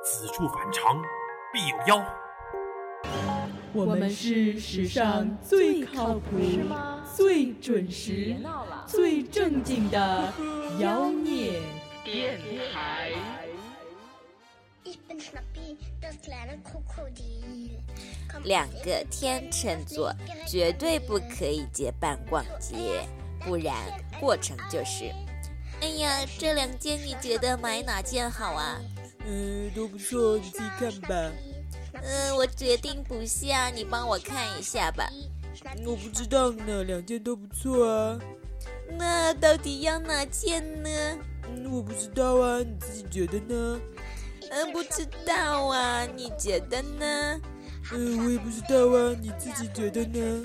此处反常，必有妖。 我们是史上最靠谱、最准时、最正经的妖孽电台。 两个天秤座绝对不可以结伴逛街，不然过程就是：哎呀，这2件你觉得买哪件好啊？ 都不错，你自己看吧。 我决定不下，你帮我看一下吧。 我不知道呢，2件都不错啊。 那到底要哪件呢？ 我不知道啊，你自己觉得呢？ 不知道啊，你觉得呢？ 我也不知道啊，你自己觉得呢？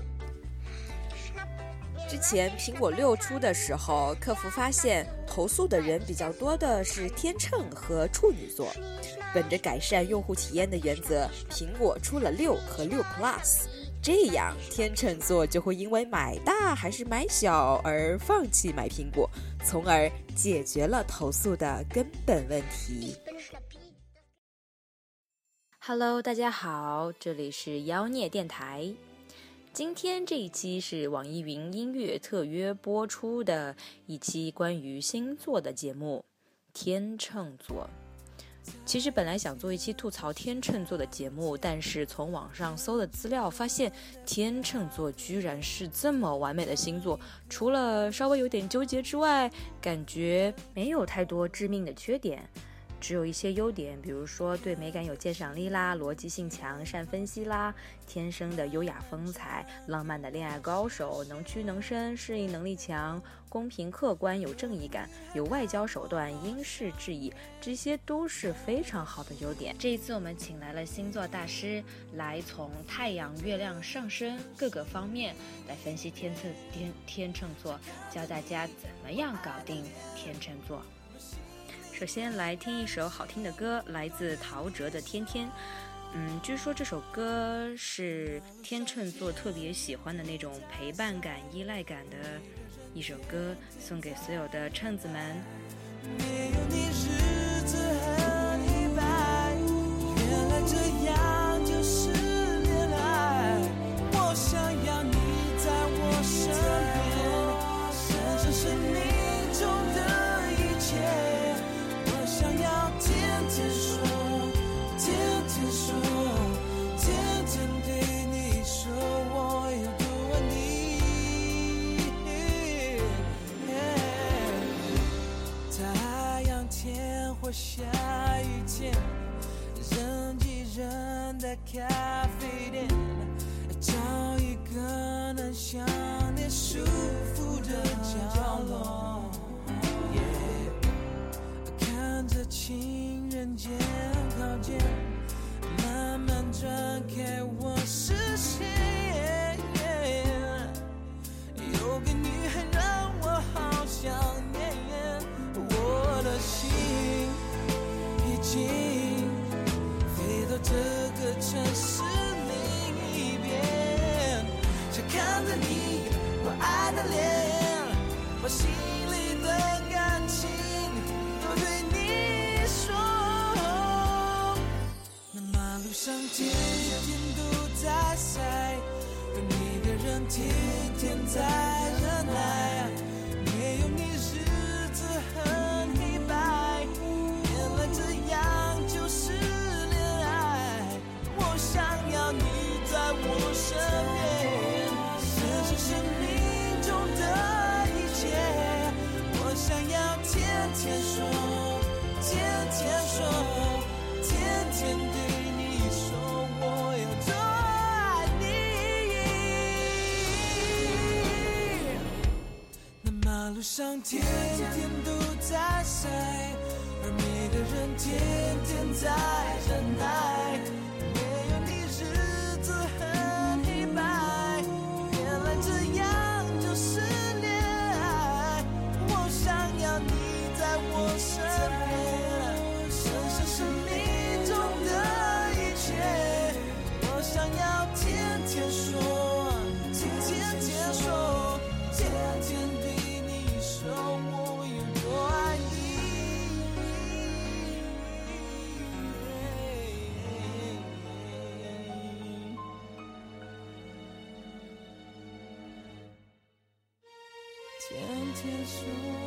之前苹果6出的时候，客服发现投诉的人比较多的是天秤和处女座。本着改善用户体验的原则，苹果出了6和6 Plus， 这样天秤座就会因为买大还是买小而放弃买苹果，从而解决了投诉的根本问题。 Hello， 大家好，这里是妖孽电台。今天这一期是网易云音乐特约播出的一期关于星座的节目——天秤座。其实本来想做一期吐槽天秤座的节目，但是从网上搜的资料发现，天秤座居然是这么完美的星座，除了稍微有点纠结之外，感觉没有太多致命的缺点。只有一些优点，比如说对美感有鉴赏力啦，逻辑性强，善分析啦，天生的优雅风采，浪漫的恋爱高手，能屈能伸，适应能力强，公平客观，有正义感，有外交手段，因势制宜，这些都是非常好的优点。这一次我们请来了星座大师，来从太阳、月亮、上升各个方面来分析天秤座，教大家怎么样搞定天秤座。首先来听一首好听的歌，来自陶喆的《天天》。据说这首歌是天秤座特别喜欢的那种陪伴感、依赖感的一首歌，送给所有的秤子们。 没有你日子很黑白，原来这样就是恋爱。我想要你在我身边，深深生命中的一切。想要天天说，天天说，天天对你说我有多爱你。太阳天或下雨天，人挤人的咖啡店，找一个能想念舒服的角落。看着情人节靠近，慢慢转开我视线。有个女孩让我好想念，我的心已经飞到这个城市另一边，想看着你我爱的脸，把心里的感情都对你说。那马路上天天都在塞，而你的人天天在忍耐。没有你日子很黑白，原来这样就是恋爱。我想要你在我身边，深深生命中的一切。我想要天天说，天天说，天天对你说我有多爱你。那马路上天天都在塞，而每个人天天在忍耐。没有你日子很黑白，原来这样就是恋爱。我想要你在我身边，深深生命中的一切。我想要天天说，天天说，天天对你说我有多爱你。 接受。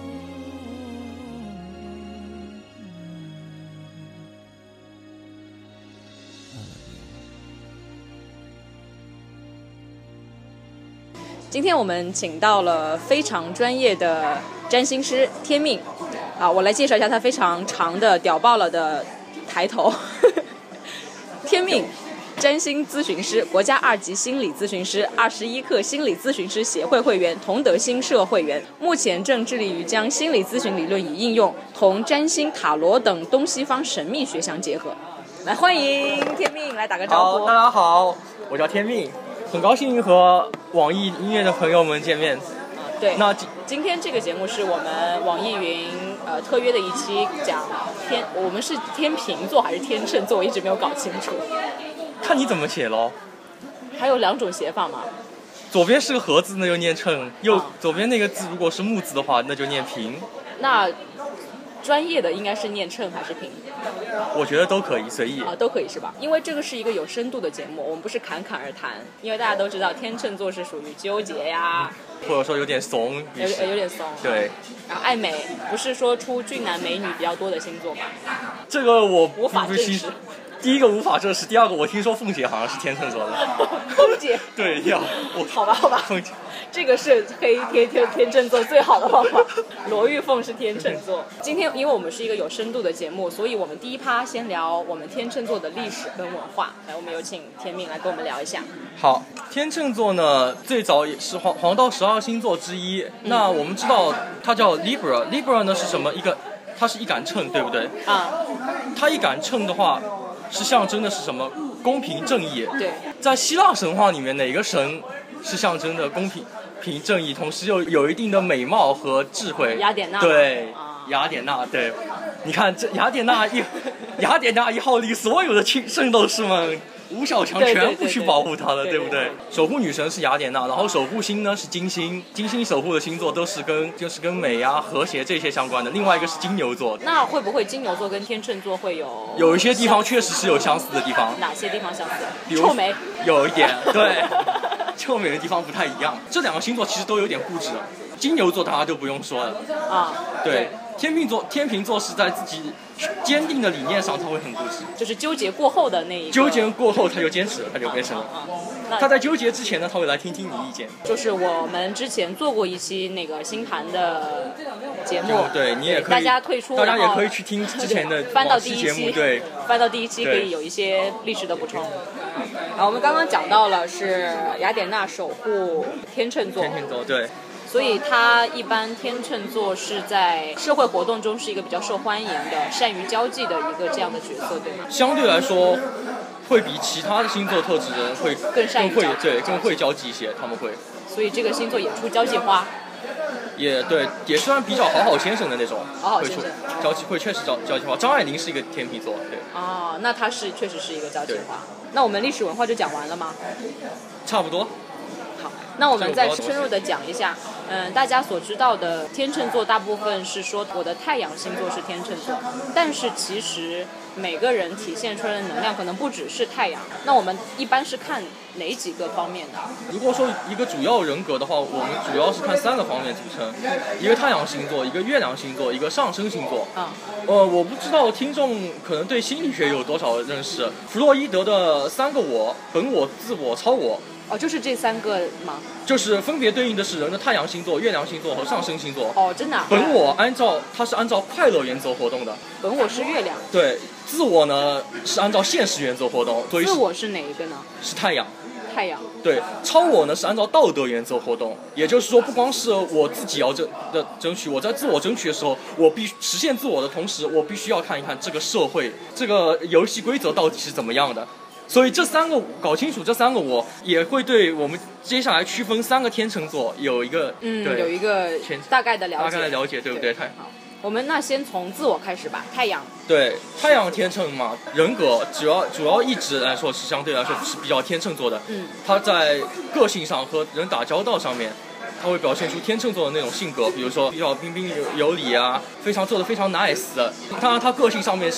今天我们请到了非常专业的占星师天命啊，我来介绍一下他非常长的屌爆了的抬头。天命占星咨询师，国家2级心理咨询师，21课心理咨询师协会会员，同德新社会员，目前正致力于将心理咨询理论与应用同占星、塔罗等东西方神秘学相结合。来，欢迎天命来打个招呼。 好，大家好，我叫天命，很高兴和网易音乐的朋友们见面。 对， 那今天这个节目是我们网易云特约的一期，讲我们是天秤座还是天秤座，我一直没有搞清楚。 看你怎么写咯。 还有2种写法吗？ 左边是个合字，那就念秤；左边那个字如果是木字的话，那就念平。 那专业的应该是念秤还是平？ 我觉得都可以，随意。 都可以是吧？因为这个是一个有深度的节目，我们不是侃侃而谈。因为大家都知道天秤座是属于纠结呀， 或者说有点怂， 有点怂。 对。 然后爱美，不是说出俊男美女比较多的星座吧？ 这个我无法证实。 第一个无法证实，第二个我听说凤姐好像是天秤座的。 凤姐？ 对呀， 好吧， 凤姐， 这个是黑天秤座最好的方法。罗玉凤是天秤座。今天因为我们是一个有深度的节目，所以我们第一趴先聊我们天秤座的历史跟文化。来，我们有请天命来跟我们聊一下。 好，天秤座呢，最早也是黄道12星座之一。那我们知道它叫 Libra 呢是什么？它是一杆秤，对不对？它一杆秤的话，是象征的是什么？公平正义。 对， 在希腊神话里面，哪个神是象征的公平正义，同时又有一定的美貌和智慧？ 雅典娜。 对，雅典娜。对，你看这雅典娜一号令所有的圣斗士们。吴小强全部去保护她了，对不对？守护女神是雅典娜，然后守护星呢是金星，金星守护的星座都是跟美啊、和谐这些相关的。另外一个是金牛座。 那会不会金牛座跟天秤座会有一些地方确实是有相似的地方？ 哪些地方相似？ 比如臭美。 有一点，对，臭美的地方不太一样。这2个星座其实都有点固执，金牛座大家就不用说了对。天秤座是在自己坚定的理念上，他会很固执， 就是纠结过后的那一个。 纠结过后，他就坚持了，他就变成了。他在纠结之前呢，他会来听听你意见。 就是我们之前做过一期那个星盘的节目， 对你也可以， 大家退出， 大家也可以去听之前的翻到第一期， 对， 翻到第一期可以有一些历史的补充。我们刚刚讲到了是雅典娜守护天秤座， 对。 所以他一般天秤座是在社会活动中是一个比较受欢迎的、善于交际的一个这样的角色，对吗？ 相对来说，会比其他的星座特质的人会更会交际一些，他们会。 所以这个星座也出交际花。 也对，也算比较好先生的那种。 好先生。 交际会确实交际花。张爱玲是一个天秤座，对。 那他确实是一个交际花。那我们历史文化就讲完了吗？ 差不多。 好，那我们再深入的讲一下。大家所知道的天秤座大部分是说我的太阳星座是天秤座，但是其实每个人体现出来的能量可能不只是太阳。那我们一般是看哪几个方面的？ 如果说一个主要人格的话，我们主要是看3个方面组成，一个太阳星座，一个月亮星座，一个上升星座。我不知道听众可能对心理学有多少认识。弗洛伊德的3个我：本我、自我、超我。 就是这3个吗？ 就是分别对应的是人的太阳星座、月亮星座和上升星座。 真的本我它是按照快乐原则活动的。 本我是月亮。 对，自我呢是按照现实原则活动。 自我是哪一个呢？ 是太阳。 太阳。 对，超我呢是按照道德原则活动，也就是说，不光是我自己要争取，我在自我争取的时候，我必须实现自我的同时，我必须要看一看这个社会这个游戏规则到底是怎么样的。所以搞清楚这3个我，也会对我们接下来区分3个天秤座有一个有一个大概的了解， 对不对？ 好，我们那先从自我开始吧。太阳。 对，太阳天秤嘛，人格主要一直来说是相对来说是比较天秤座的。他在个性上和人打交道上面，他会表现出天秤座的那种性格，比如说比较彬彬有礼啊，做得非常 nice 的。当然他个性上面是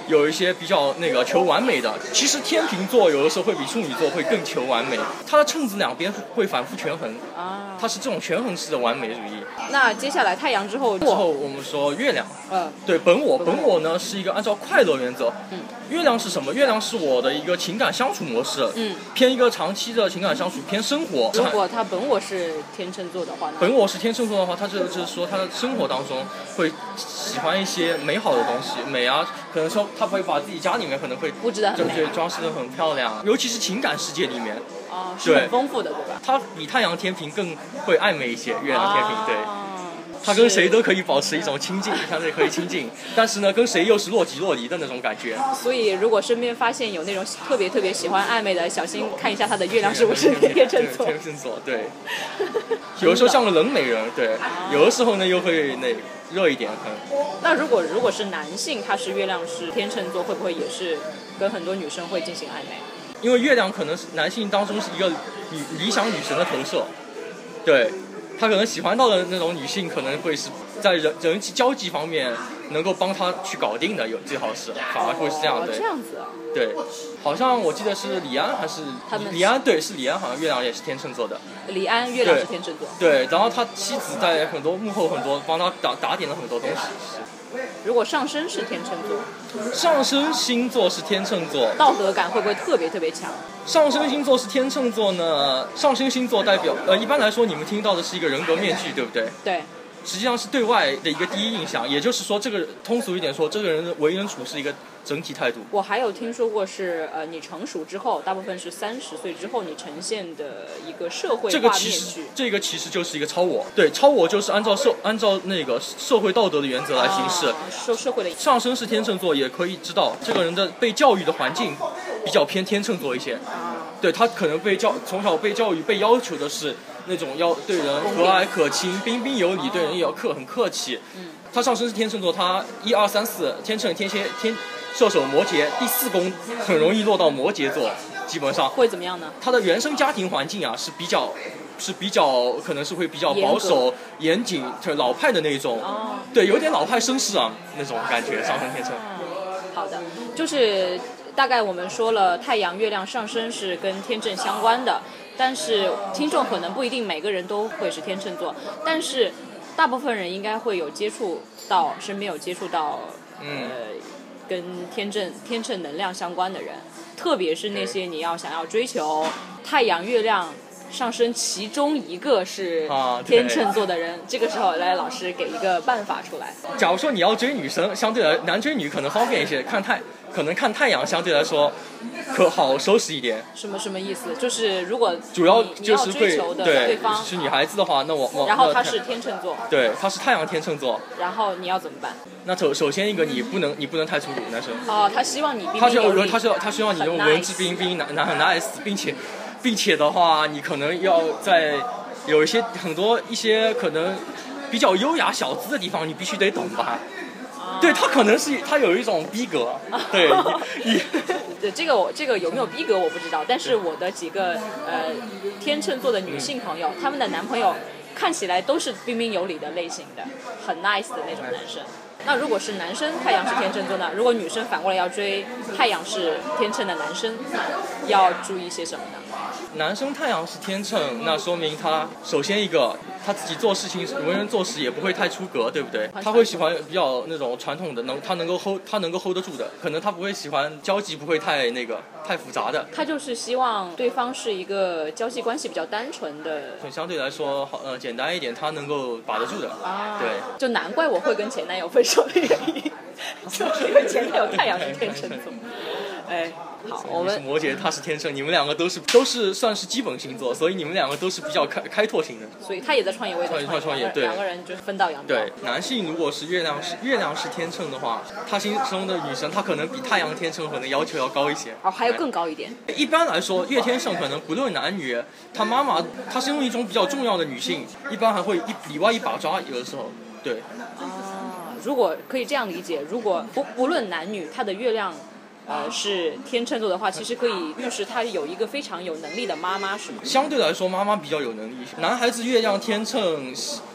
有一些比较那个求完美的。其实天秤座有的时候会比处女座会更求完美，它的秤子两边会反复权衡啊，它是这种权衡式的完美主义。 那接下来太阳之后我们说月亮，对，本我呢是一个按照快乐原则。月亮是什么？月亮是我的一个情感相处模式，偏一个长期的情感相处，偏生活。 如果他本我是天秤座的话呢？ 本我是天秤座的话，他就是说他的生活当中会喜欢一些美好的东西，美啊，可能说他会把自己家里面可能会布置得很美， 装饰得很漂亮，尤其是情感世界里面， 是很丰富的，对吧？ 他比太阳天平更会暧昧一些，月亮天平对。他跟谁都可以保持一种亲近，相对可以亲近，但是呢，跟谁又是若即若离的那种感觉。 所以，如果身边发现有那种特别喜欢暧昧的，小心看一下他的月亮是不是天秤座。 天秤座，对。有的时候像个冷美人，对；有的时候呢，又会热一点。 那如果是男性，他是月亮是天秤座，会不会也是跟很多女生会进行暧昧？ 因为月亮可能是男性当中是一个理想女神的投射，对。他可能喜欢到的那种女性，可能会是在人际交际方面能够帮他去搞定的，最好是，反而会是这样的。 这样子啊？ 对，好像我记得是李安还是李安，对，是李安，好像月亮也是天秤座的。 李安月亮是天秤座。 对，然后他妻子在很多幕后很多帮他打点了很多东西。 如果上升是天秤座， 上升星座是天秤座， 道德感会不会特别强？ 上升星座是天秤座呢？上升星座代表一般来说你们听到的是一个人格面具，对不对？ 对。 实际上是对外的一个第一印象，也就是说，这个通俗一点说，这个人的为人处事一个整体态度。 我还有听说过是你成熟之后，大部分是30岁之后你呈现的一个社会化面具。 这个其实就是一个超我，对，超我就是按照那个社会道德的原则来行事。 受社会的上升是天秤座，也可以知道这个人的被教育的环境比较偏天秤座一些。对，他可能从小被教育被要求的是那种要对人和蔼可亲、彬彬有礼，对人也要很客气。他上升是天秤座，他1、2、3、4天秤、天蝎、射手、摩羯，第4宫很容易落到摩羯座，基本上会怎么样呢？ 他的原生家庭环境啊是比较可能是会比较保守、严谨、老派的那种，对，有点老派绅士啊那种感觉。上升天秤。 好的，就是大概我们说了，太阳、月亮、上升是跟天秤相关的。但是听众可能不一定每个人都会是天秤座，但是大部分人应该会有身边有接触到跟天秤能量相关的人，特别是那些你想要追求太阳、月亮、上升其中一个是天秤座的人，这个时候来老师给一个办法出来。 假如说你要追女生，相对来男追女可能方便一些，可能看太阳相对来说可好收拾一点。 什么意思？就是如果主要就是你要追求的对方是女孩子的话，那我然后她是天秤座， 对，她是太阳天秤座， 然后你要怎么办？ 那首先一个你不能太粗鲁，男生。 他希望你彬彬有礼， 他希望你用文质彬彬，很 nice，并且的话，你可能要在有一些可能比较优雅小资的地方，你必须得懂吧。对，他可能是他有一种逼格，对， 这个有没有逼格我不知道，但是我的几个天秤座的女性朋友，她们的男朋友看起来都是彬彬有礼的类型的，很 nice 的那种男生。那如果是男生太阳是天秤座呢？如果女生反过来要追太阳是天秤的男生，要注意些什么呢？ 男生太阳是天秤，那说明他首先一个他自己做事情为人做事也不会太出格，对不对？他会喜欢比较那种传统的，他能够 hold 得住的，可能他不会喜欢交际不会太复杂的。 他就是希望对方是一个交际关系比较单纯的， 相对来说简单一点，他能够把得住的。对， 就难怪我会跟前男友分手的原因，就是因为前男友太阳是天秤座。好，我们是摩羯，他是天秤，你们两个都是算是基本星座，所以你们两个都是比较开拓型的。 所以他也在创业，我也在创业， 对， 两个人就分道扬镳。 对，男性如果是月亮是天秤的话，他心中的女神，他可能比太阳天秤可能要求要高一些。 还有更高一点。 一般来说，月天秤可能不论男女，他妈妈她是用一种比较重要的女性，一般还会里外一把抓，有的时候，对。 如果可以这样理解，如果不论男女，他的月亮。是天秤座的话，其实可以预示他有一个非常有能力的妈妈，是吗？ 相对来说，妈妈比较有能力。男孩子月亮天秤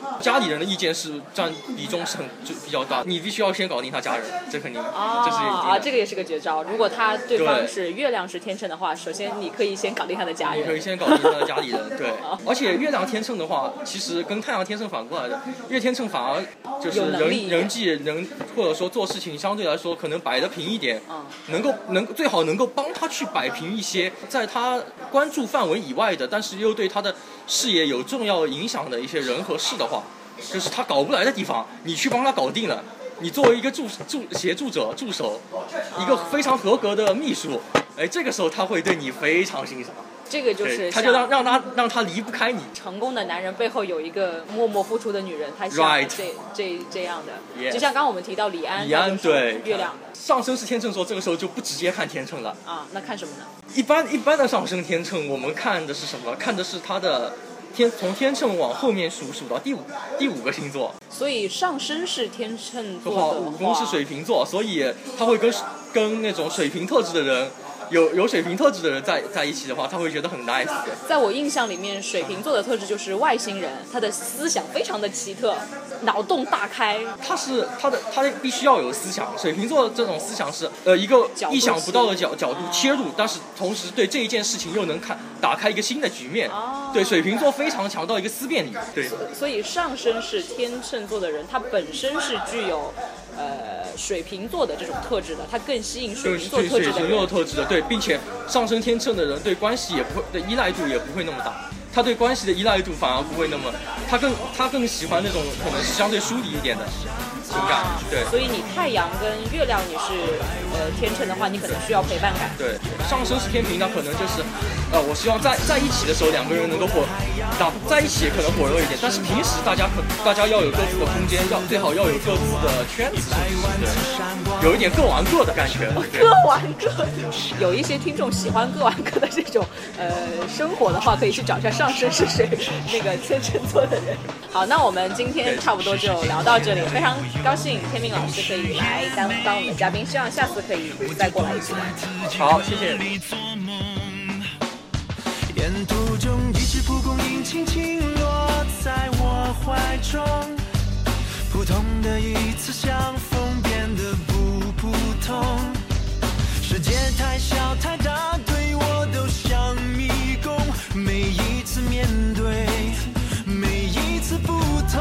家里人的意见是占比重是比较大，你必须要先搞定他家人，这肯定，这是一定的。 这个也是个绝招。如果对方是月亮是天秤的话，首先你可以先搞定他的家人。 你可以先搞定他的家里人，对。而且月亮天秤的话，其实跟太阳天秤反过来的，月天秤反而就是人际或者说做事情相对来说可能摆得平一点，最好能够帮他去摆平一些在他关注范围以外的，但是又对他的事业有重要影响的一些人和事的话，就是他搞不来的地方，你去帮他搞定了。你作为一个协助者、助手，一个非常合格的秘书，这个时候他会对你非常欣赏。 这个就是他就让他离不开你。 成功的男人背后有一个默默付出的女人，他像这样的。 Yes. 就像刚刚我们提到李安对月亮上升是天秤座，这个时候就不直接看天秤了啊，那看什么呢？ 一般的上升天秤，我们看的是什么？看的是他的从天秤往后面数到第五个星座。 所以上升是天秤座的话， 武功是水瓶座，所以他会跟那种水瓶特质的人。有水瓶特质的人在一起的话，他会觉得很 nice。 在我印象里面，水瓶座的特质就是外星人，他的思想非常的奇特，脑洞大开。他必须要有思想。水瓶座这种思想是一个意想不到的角度切入，但是同时对这一件事情又能打开一个新的局面。对，水瓶座非常强调一个思辨力。对， 所以上升是天秤座的人，他本身是具有水瓶座的这种特质的，他更吸引水瓶座特质的人。 对水瓶座特质的，对，并且上升天秤的人对关系的依赖度也不会那么大，他对关系的依赖度反而不会那么，他更喜欢那种可能是相对疏离一点的情感。对， 所以你太阳跟月亮你是天秤的话，你可能需要陪伴感。 对，上升是天平，那可能就是我希望在一起的时候两个人能够在一起可能火热一点，但是平时大家要有各自的空间，最好要有各自的圈子，对，有一点各玩各的感觉。 各玩各的，有一些听众喜欢各玩各的这种生活的话，可以去找一下上升是那个天秤座的人。好，那我们今天差不多就聊到这里，非常高兴天明老师可以来当我们的嘉宾，希望下次可以再过来一起玩。 好，谢谢。 沿途中一只蒲公英轻轻落在我怀中，普通的一次相逢变得不普通，世界太小太大对我都像迷宫，每一次面对每一次不同，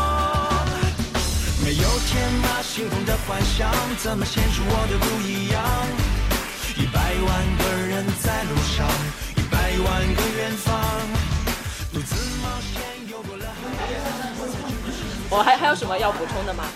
没有天马行空的幻想，怎么显出我的不一样？100万个人在路上，100万个远方，独自冒险游过了我还有什么要补充的吗？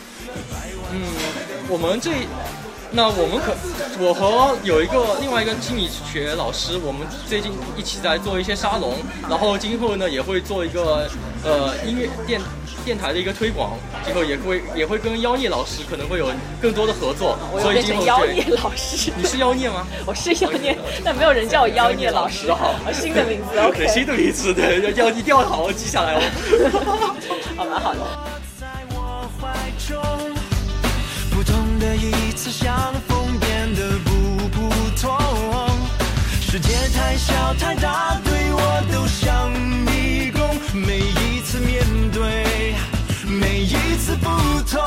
我和另外一个心理学老师，我们最近一起在做一些沙龙，然后今后呢也会做一个音乐电台的一个推广，今后也会跟妖孽老师可能会有更多的合作。 所以今后妖孽老师， 你是妖孽吗？ 我是妖孽，但没有人叫我妖孽老师。好，新的名字 OK。 新的名字对，要一定要好好记下来哦。 好蛮好的。 不同的一次相逢变得不普通，世界太小太大对我都像迷宫，每一次面对每一次不同，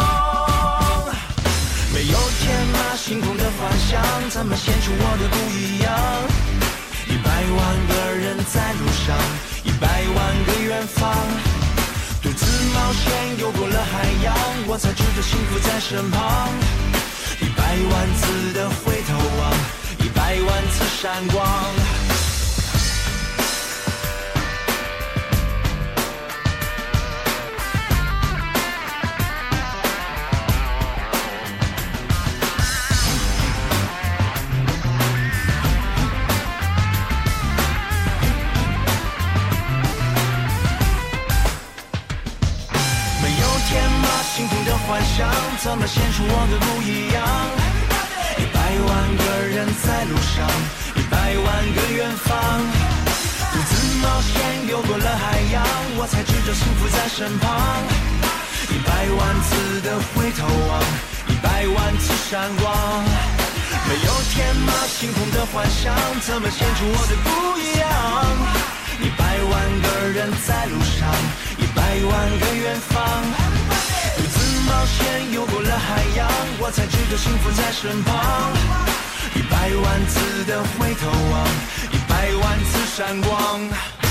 没有天马行空的幻想，怎么显出我的不一样？100万个人在路上，100万个远方，独自冒险游过了海洋，我才知道幸福在身旁。100万次的回头望，100万次闪光。幸福的幻想，怎么显出我的不一样？100万个人在路上，100万个远方，独自冒险游过了海洋，我才知道幸福在身旁。100万次的回头望，100万次闪光，没有天马行空的幻想，怎么显出我的不一样？100万个人在路上。 100万个远方，独自冒险游过了海洋，我才知道幸福在身旁。100万次的回头望，100万次闪光。